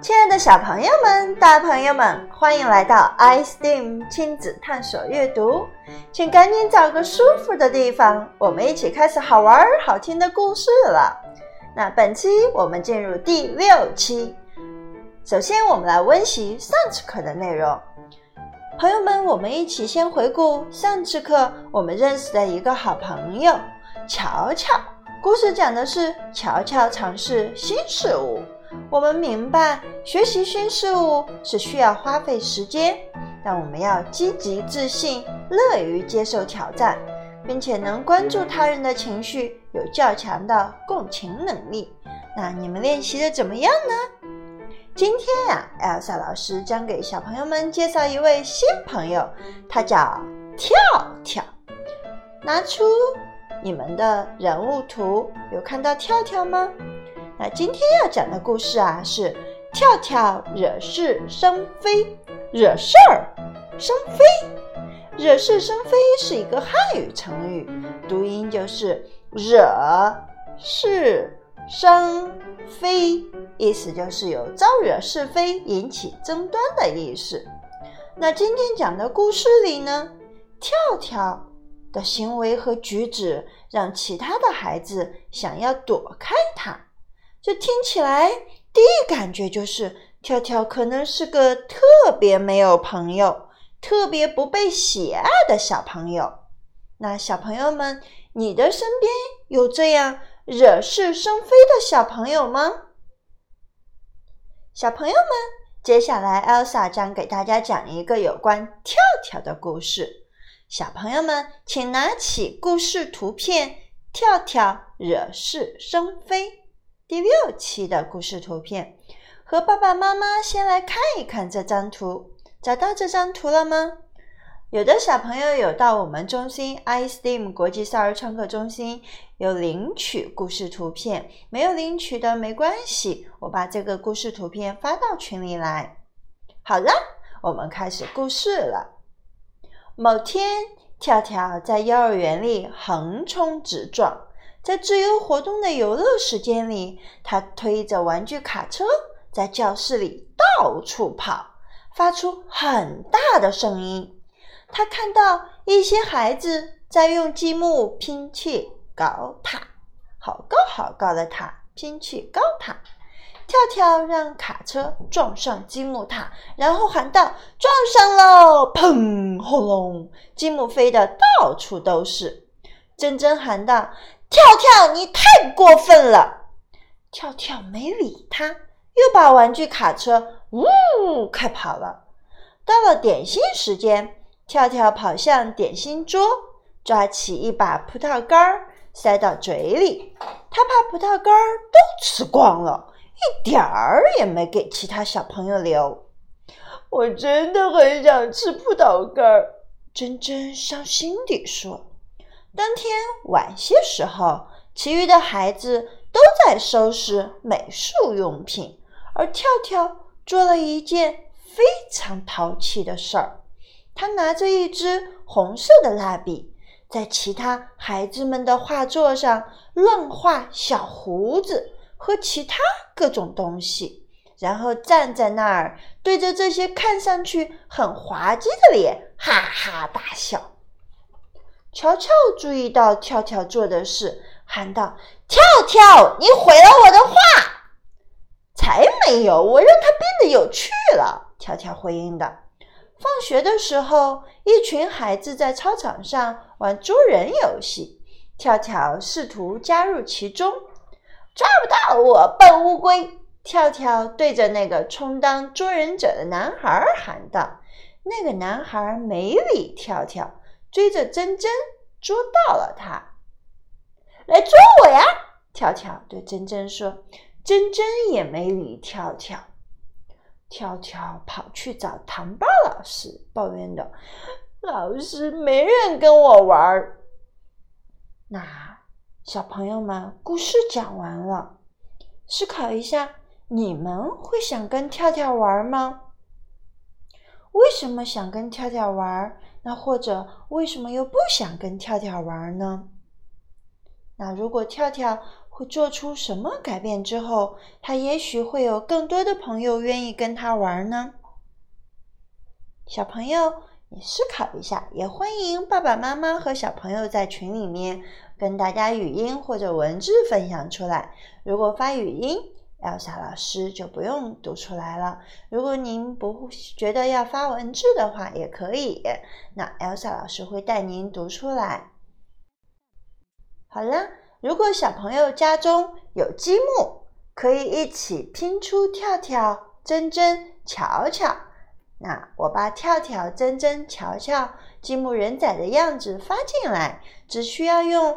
亲爱的小朋友们、大朋友们，欢迎来到 iSteam 亲子探索阅读，请赶紧找个舒服的地方，我们一起开始好玩好听的故事了。那本期我们进入第6期，首先我们来温习上次课的内容。朋友们，我们一起先回顾上次课我们认识的一个好朋友乔乔。故事讲的是乔乔尝试新事物。我们明白学习新事物是需要花费时间，但我们要积极自信，乐于接受挑战，并且能关注他人的情绪，有较强的共情能力。那你们练习的怎么样呢？今天Elsa 老师将给小朋友们介绍一位新朋友，他叫跳跳。拿出你们的人物图，有看到跳跳吗？那今天要讲的故事是跳跳惹是生非。惹事儿生非，惹是生非是一个汉语成语，读音就是惹是生非，意思就是有招惹是非，引起争端的意思。那今天讲的故事里呢，跳跳的行为和举止让其他的孩子想要躲开他。这听起来第一感觉就是跳跳可能是个特别没有朋友，特别不被喜爱的小朋友。那小朋友们，你的身边有这样惹是生非的小朋友吗？小朋友们，接下来 Elsa 将给大家讲一个有关跳跳的故事。小朋友们，请拿起故事图片，跳跳惹是生非。第6期的故事图片，和爸爸妈妈先来看一看这张图。找到这张图了吗？有的小朋友有到我们中心 iSteam 国际少儿创客中心有领取故事图片，没有领取的没关系，我把这个故事图片发到群里来。好了，我们开始故事了。某天，跳跳在幼儿园里横冲直撞，在自由活动的游乐时间里，他推着玩具卡车在教室里到处跑，发出很大的声音。他看到一些孩子在用积木拼砌高塔，好高好高的塔，拼砌高塔。跳跳让卡车撞上积木塔，然后喊道：撞上喽！砰！轰隆！积木飞得到处都是。珍珍喊道：跳跳，你太过分了！跳跳没理他，又把玩具卡车开跑了。到了点心时间，跳跳跑向点心桌，抓起一把葡萄干塞到嘴里。他把葡萄干都吃光了，一点儿也没给其他小朋友留。我真的很想吃葡萄干，珍珍伤心地说。当天晚些时候，其余的孩子都在收拾美术用品，而跳跳做了一件非常淘气的事儿。他拿着一支红色的蜡笔，在其他孩子们的画作上乱画小胡子和其他各种东西，然后站在那儿对着这些看上去很滑稽的脸哈哈大笑。乔乔注意到跳跳做的事，喊道：跳跳，你毁了我的画！才没有，我让它变得有趣了，跳跳回应道。放学的时候，一群孩子在操场上玩捉人游戏，跳跳试图加入其中。抓不到我，笨乌龟！跳跳对着那个充当捉人者的男孩喊道。那个男孩没理跳跳，追着珍珍捉到了他。来捉我呀！跳跳对珍珍说。珍珍也没理跳跳。跳跳跑去找糖包老师，抱怨道：老师，没人跟我玩。那小朋友们，故事讲完了，思考一下，你们会想跟跳跳玩吗？为什么想跟跳跳玩？那或者为什么又不想跟跳跳玩呢？那如果跳跳会做出什么改变之后，他也许会有更多的朋友愿意跟他玩呢？小朋友，你思考一下，也欢迎爸爸妈妈和小朋友在群里面跟大家语音或者文字分享出来。如果发语音，Elsa 老师就不用读出来了。如果您不觉得要发文字的话，也可以，那 Elsa 老师会带您读出来。好了，如果小朋友家中有积木，可以一起拼出跳跳、珍珍、巧巧。那我把跳跳、珍珍、巧巧积木人仔的样子发进来，只需要用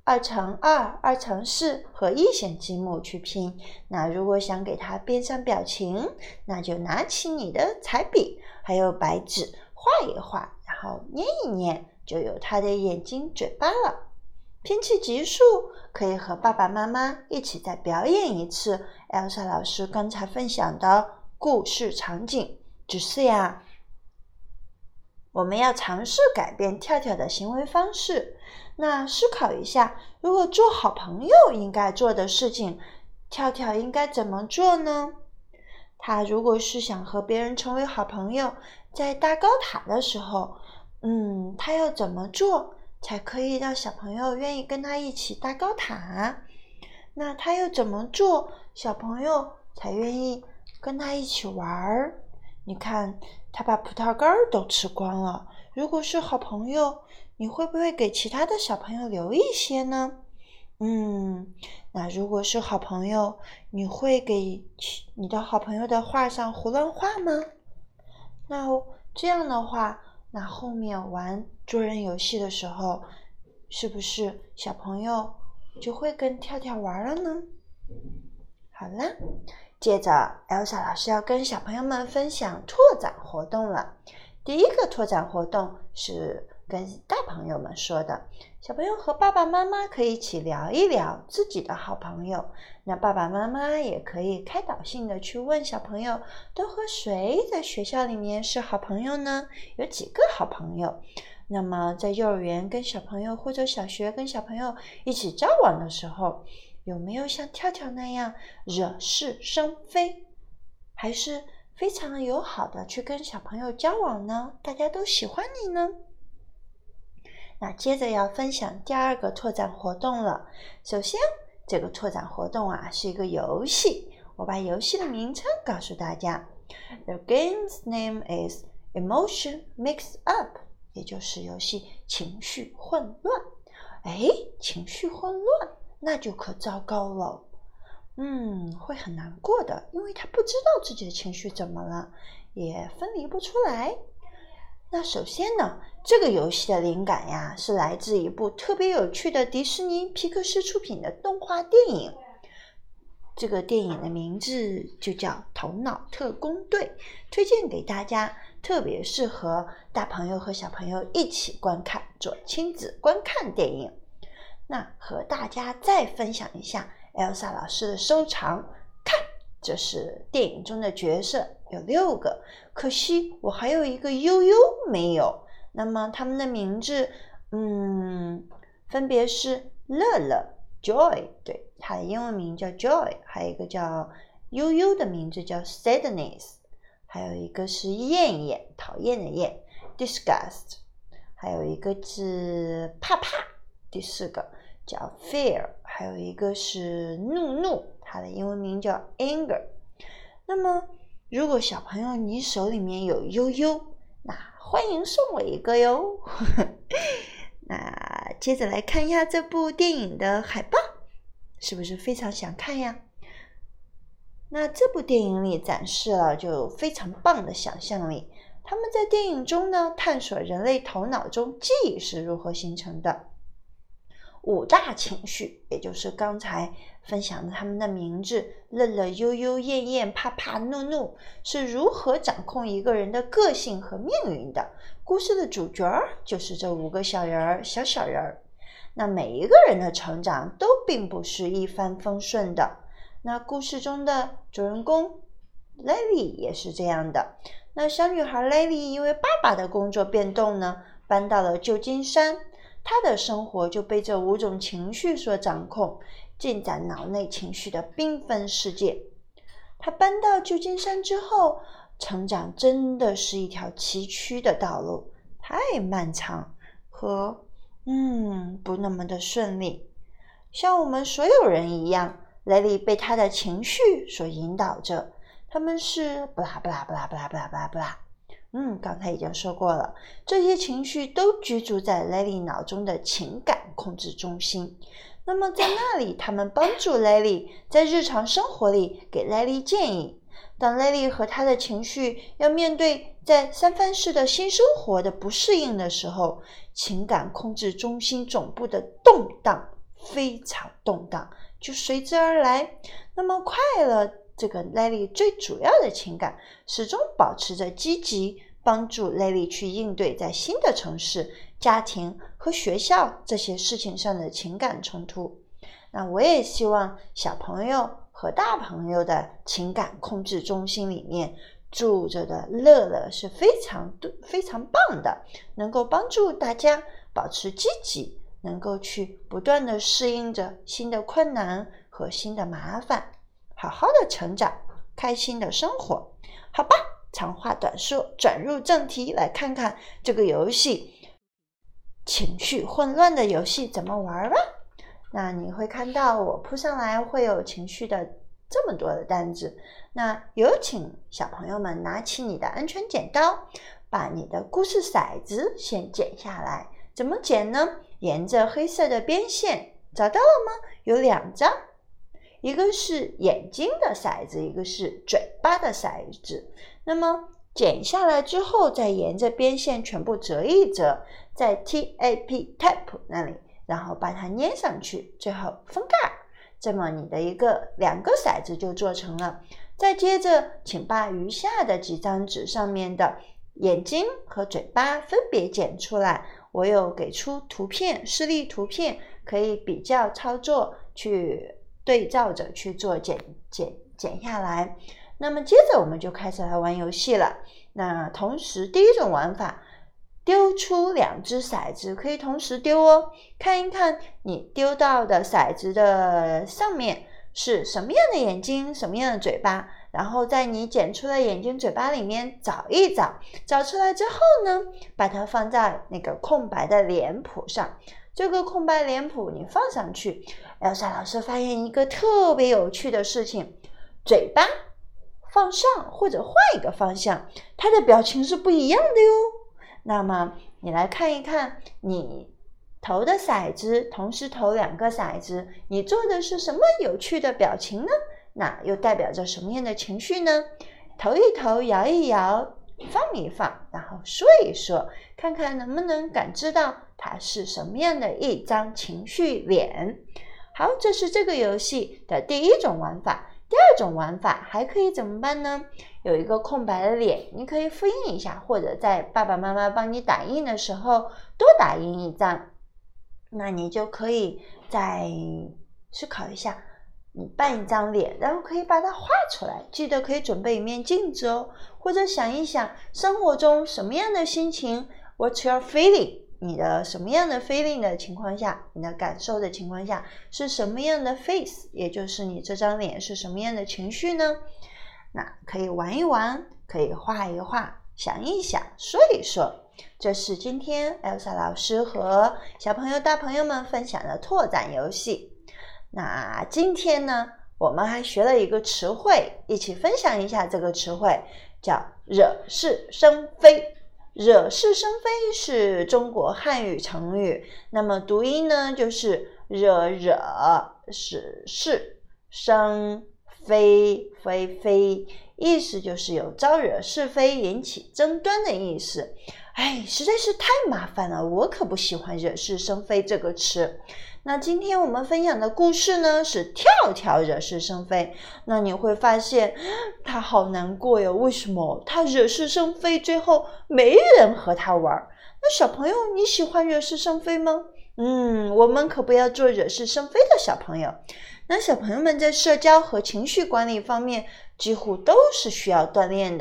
2×2、2×4和1线积木去拼。那如果想给它编上表情，那就拿起你的彩笔还有白纸画一画，然后捏一捏，就有它的眼睛、嘴巴了。拼砌级数可以和爸爸妈妈一起再表演一次 Elsa 老师刚才分享的故事场景。只是呀，我们要尝试改变跳跳的行为方式。那思考一下，如果做好朋友应该做的事情，跳跳应该怎么做呢？他如果是想和别人成为好朋友，在搭高塔的时候，他要怎么做才可以让小朋友愿意跟他一起搭高塔？那他又怎么做，小朋友才愿意跟他一起玩？你看，他把葡萄干都吃光了。如果是好朋友，你会不会给其他的小朋友留一些呢？那如果是好朋友，你会给你的好朋友的画上胡乱画吗？那这样的话，那后面玩捉人游戏的时候，是不是小朋友就会跟跳跳玩了呢？好啦，接着 Elsa 老师要跟小朋友们分享拓展活动了。第一个拓展活动是跟大朋友们说的，小朋友和爸爸妈妈可以一起聊一聊自己的好朋友。那爸爸妈妈也可以开导性的去问小朋友，都和谁在学校里面是好朋友呢？有几个好朋友？那么在幼儿园跟小朋友或者小学跟小朋友一起交往的时候，有没有像跳跳那样惹是生非，还是非常友好的去跟小朋友交往呢？大家都喜欢你呢？那接着要分享第二个拓展活动了。首先，这个拓展活动是一个游戏，我把游戏的名称告诉大家。The game's name is Emotion Mix Up， 也就是游戏情绪混乱。情绪混乱，那就可糟糕了。会很难过的，因为他不知道自己的情绪怎么了，也分离不出来。那首先呢，这个游戏的灵感是来自一部特别有趣的迪士尼皮克斯出品的动画电影。这个电影的名字就叫《头脑特工队》，推荐给大家，特别适合大朋友和小朋友一起观看，做亲子观看电影。那和大家再分享一下 Elsa 老师的收藏，看，这是电影中的角色，有6个，可惜我还有一个悠悠没有。那么他们的名字分别是乐乐 Joy， 对，他的英文名叫 Joy， 还有一个叫悠悠的名字叫 Sadness， 还有一个是厌厌，讨厌的厌 Disgust， 还有一个是怕怕，第4个叫 Fear， 还有一个是怒，它的英文名叫 Anger。 那么如果小朋友你手里面有悠悠，那欢迎送我一个哟。那接着来看一下这部电影的海报，是不是非常想看呀？那这部电影里展示了就非常棒的想象力，他们在电影中呢，探索人类头脑中记忆是如何形成的。5大情绪，也就是刚才分享的他们的名字乐乐、悠悠、厌厌、怕怕、怒，是如何掌控一个人的个性和命运的。故事的主角就是这5个小人。那每一个人的成长都并不是一帆风顺的。那故事中的主人公 Levi 也是这样的。那小女孩 Levi 因为爸爸的工作变动呢，搬到了旧金山，他的生活就被这5种情绪所掌控。 进展脑内情绪的缤纷世界。他搬到旧金山之后，成长真的是一条崎岖的道路，太漫长和不那么的顺利。像我们所有人一样，雷利被他的情绪所引导着，他们是不啦不啦不啦不啦不啦不啦不啦。刚才已经说过了，这些情绪都居住在雷利脑中的情感控制中心。那么在那里，他们帮助雷利在日常生活里给雷利建议。当雷利和他的情绪要面对在三藩市的新生活的不适应的时候，情感控制中心总部的动荡，非常动荡，就随之而来。那么快乐这个雷利最主要的情感始终保持着积极，帮助雷利去应对在新的城市、家庭和学校这些事情上的情感冲突。那我也希望小朋友和大朋友的情感控制中心里面住着的乐乐是非常棒的，能够帮助大家保持积极，能够去不断的适应着新的困难和新的麻烦，好好的成长，开心的生活。好吧，长话短说，转入正题，来看看这个游戏情绪混乱的游戏怎么玩吧。那你会看到我铺上来会有情绪的这么多的单子，那有请小朋友们拿起你的安全剪刀，把你的故事骰子先剪下来。怎么剪呢？沿着黑色的边线，找到了吗？有2张，一个是眼睛的骰子，一个是嘴巴的骰子。那么剪下来之后，再沿着边线全部折一折，在 tape 那里，然后把它粘上去，最后封盖。这么你的2个骰子就做成了。再接着请把余下的几张纸上面的眼睛和嘴巴分别剪出来，我有给出图片，示例图片，可以比较操作，去对照着去做剪下来。那么接着我们就开始来玩游戏了。那同时第一种玩法，丢出2只骰子，可以同时丢哦。看一看你丢到的骰子的上面是什么样的眼睛，什么样的嘴巴，然后在你剪出的眼睛嘴巴里面找一找，找出来之后呢，把它放在那个空白的脸谱上。这个空白脸谱你放上去，Elsa 老师发现一个特别有趣的事情，嘴巴放上或者换一个方向，它的表情是不一样的哟。那么你来看一看，你投的骰子，同时投2个骰子，你做的是什么有趣的表情呢？那又代表着什么样的情绪呢？投一投，摇一摇，放一放，然后说一说，看看能不能感知到它是什么样的一张情绪脸。好，这是这个游戏的第一种玩法。第二种玩法还可以怎么办呢？有一个空白的脸，你可以复印一下，或者在爸爸妈妈帮你打印的时候多打印一张。那你就可以再思考一下，你扮一张脸，然后可以把它画出来，记得可以准备一面镜子哦。或者想一想生活中什么样的心情， What's your feeling？你的什么样的 feeling 的情况下，你的感受的情况下是什么样的 face， 也就是你这张脸是什么样的情绪呢？那可以玩一玩，可以画一画，想一想，说一说。这是今天 Elsa 老师和小朋友大朋友们分享的拓展游戏。那今天呢，我们还学了一个词汇，一起分享一下这个词汇，叫惹是生非。惹是生非是中国汉语成语，那么读音呢就是惹是生非，意思就是有招惹是非，引起争端的意思。实在是太麻烦了，我可不喜欢惹是生非这个词。那今天我们分享的故事呢，是跳跳惹是生非。那你会发现他好难过哟，为什么？他惹是生非，最后没人和他玩。那小朋友，你喜欢惹是生非吗？我们可不要做惹是生非的小朋友。那小朋友们在社交和情绪管理方面几乎都是需要锻炼的。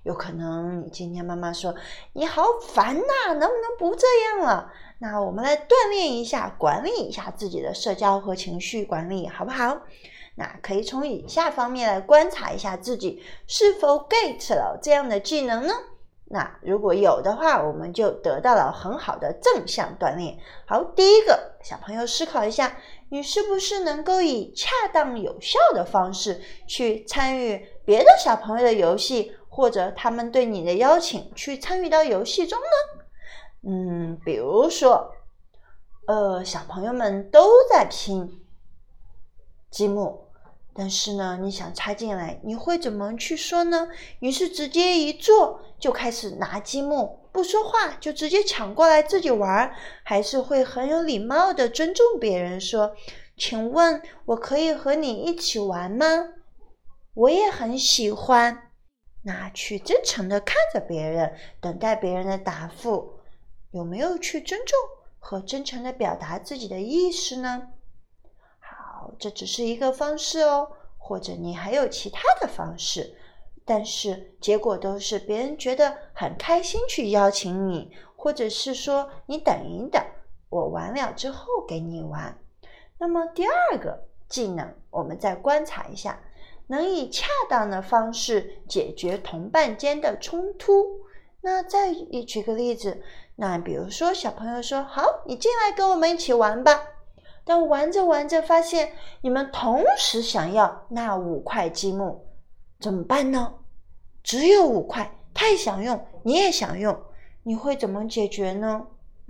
有可能你今天妈妈说你好烦呐，能不能不这样了？那我们来锻炼一下，管理一下自己的社交和情绪管理，好不好？那可以从以下方面来观察一下自己是否 get 了这样的技能呢？那如果有的话，我们就得到了很好的正向锻炼。好，第一个，小朋友思考一下，你是不是能够以恰当有效的方式去参与别的小朋友的游戏，或者他们对你的邀请去参与到游戏中呢？比如说小朋友们都在拼积木，但是呢，你想插进来，你会怎么去说呢？你是直接一坐就开始拿积木，不说话就直接抢过来自己玩，还是会很有礼貌的尊重别人说，请问我可以和你一起玩吗？我也很喜欢。那去真诚的看着别人，等待别人的答复，有没有去尊重和真诚的表达自己的意思呢？好，这只是一个方式哦，或者你还有其他的方式，但是结果都是别人觉得很开心去邀请你，或者是说你等一等，我完了之后给你玩。那么第二个技能，我们再观察一下，能以恰当的方式解决同伴间的冲突。那再举个例子，那比如说小朋友说，好，你进来跟我们一起玩吧。但玩着玩着发现你们同时想要那5块积木，怎么办呢？只有5块，太想用，你也想用，你会怎么解决呢？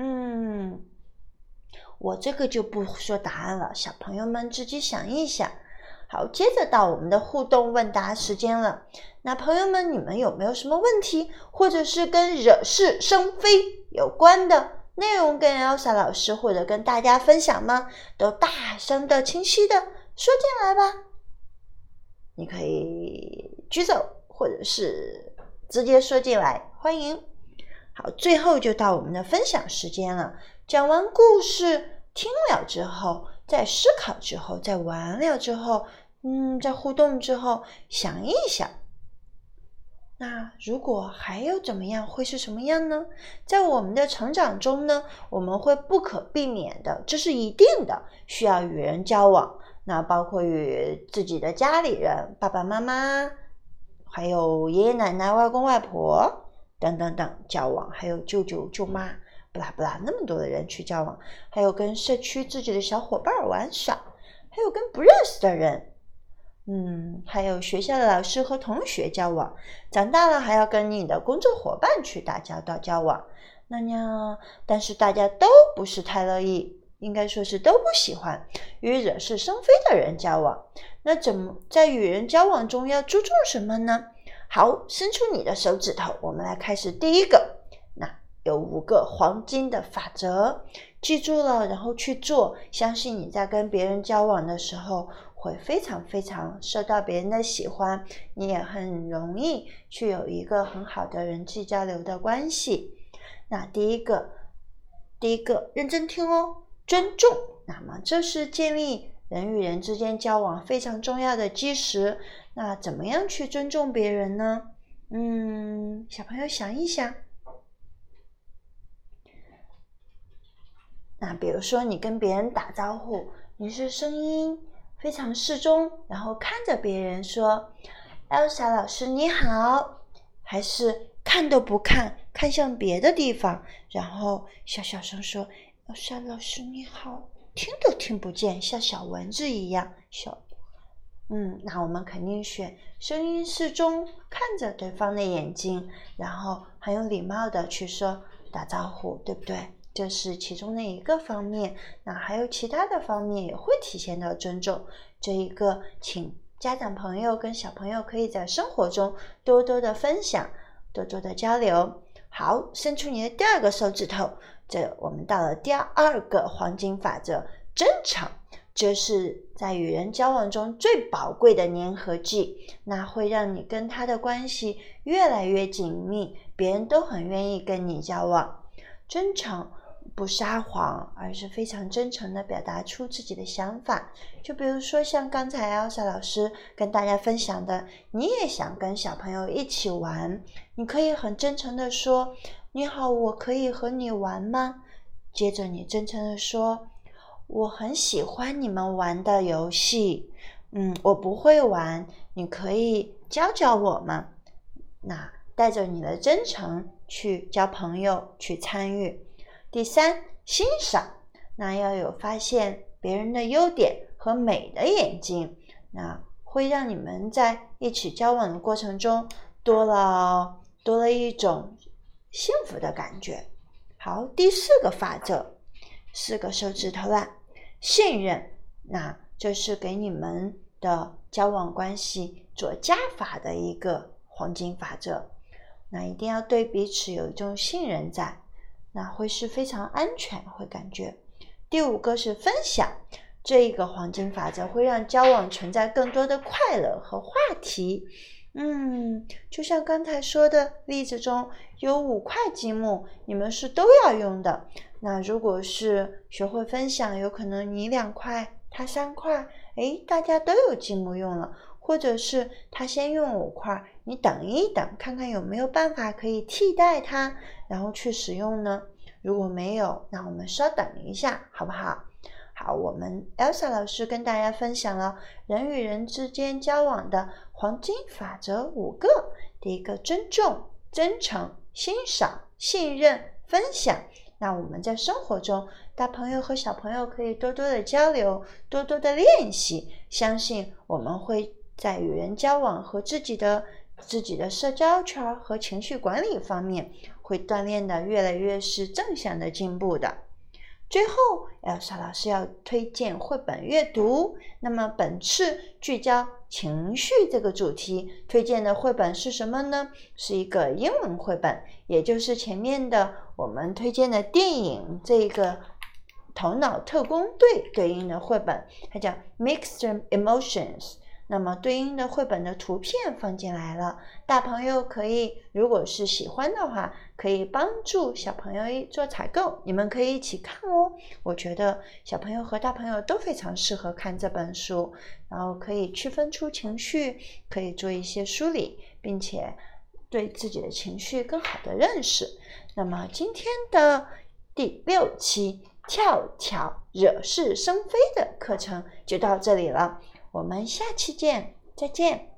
我这个就不说答案了，小朋友们自己想一想。好，接着到我们的互动问答时间了。那朋友们，你们有没有什么问题，或者是跟惹是生非有关的内容跟 Elsa 老师或者跟大家分享吗？都大声的清晰的说进来吧。你可以举手或者是直接说进来，欢迎。好，最后就到我们的分享时间了。讲完故事听了之后，在思考之后，在玩了之后，在互动之后，想一想，那如果还有怎么样，会是什么样呢？在我们的成长中呢，我们会不可避免的，这是一定的，需要与人交往。那包括与自己的家里人，爸爸妈妈，还有爷爷奶奶、外公外婆等等等交往，还有舅舅舅妈，不啦不啦，那么多的人去交往，还有跟社区自己的小伙伴玩耍，还有跟不认识的人，还有学校的老师和同学交往，长大了还要跟你的工作伙伴去打交道交往。但是大家都不是太乐意，应该说是都不喜欢与惹是生非的人交往。那怎么在与人交往中要注重什么呢？好，伸出你的手指头，我们来开始第一个。那有5个黄金的法则，记住了然后去做，相信你在跟别人交往的时候会非常非常受到别人的喜欢，你也很容易去有一个很好的人际交流的关系。那第一个认真听哦，尊重。那么这是建立人与人之间交往非常重要的基石。那怎么样去尊重别人呢？小朋友想一想。那比如说你跟别人打招呼，你是声音非常适中，然后看着别人说 Elsa 老师你好，还是看都不看，看向别的地方，然后小声说 Elsa 老师你好，听都听不见，像小蚊子一样那我们肯定选声音适中，看着对方的眼睛，然后很有礼貌的去说打招呼，对不对？这是其中的一个方面。那还有其他的方面也会体现到尊重。这一个请家长朋友跟小朋友可以在生活中多多的分享，多多的交流。好，伸出你的第2个手指头，这我们到了第2个黄金法则，真诚。这是在与人交往中最宝贵的粘合剂，那会让你跟他的关系越来越紧密，别人都很愿意跟你交往。真诚不撒谎，而是非常真诚地表达出自己的想法。就比如说像刚才 Elsa 老师跟大家分享的，你也想跟小朋友一起玩，你可以很真诚地说，你好，我可以和你玩吗？接着你真诚地说，我很喜欢你们玩的游戏，我不会玩，你可以教教我吗？那带着你的真诚去交朋友，去参与。第三，欣赏，那要有发现别人的优点和美的眼睛，那会让你们在一起交往的过程中多了一种幸福的感觉。好，第四个法则，4个手指头啦，信任，那这是给你们的交往关系做加法的一个黄金法则。那一定要对彼此有一种信任在，那会是非常安全，会感觉。第5个是分享，这一个黄金法则会让交往存在更多的快乐和话题。就像刚才说的例子中，有5块积木，你们是都要用的。那如果是学会分享，有可能你2块，他3块，大家都有积木用了。或者是他先用5块，你等一等，看看有没有办法可以替代它，然后去使用呢？如果没有，那我们稍等一下，好不好？好，我们 Elsa 老师跟大家分享了人与人之间交往的黄金法则5个。第1个，尊重、真诚、欣赏、信任、分享。那我们在生活中，大朋友和小朋友可以多多的交流，多多的练习，相信我们会在与人交往和自己的社交圈和情绪管理方面会锻炼的越来越是正向的进步的。最后 Elsa 老师要推荐绘本阅读，那么本次聚焦情绪这个主题，推荐的绘本是什么呢？是一个英文绘本，也就是前面的我们推荐的电影这个头脑特工队对应的绘本，它叫 Mixed Emotions。那么对应的绘本的图片放进来了，大朋友可以如果是喜欢的话，可以帮助小朋友做采购，你们可以一起看哦。我觉得小朋友和大朋友都非常适合看这本书，然后可以区分出情绪，可以做一些梳理，并且对自己的情绪更好的认识。那么今天的第6期跳跳惹是生非的课程就到这里了，我们下期见，再见。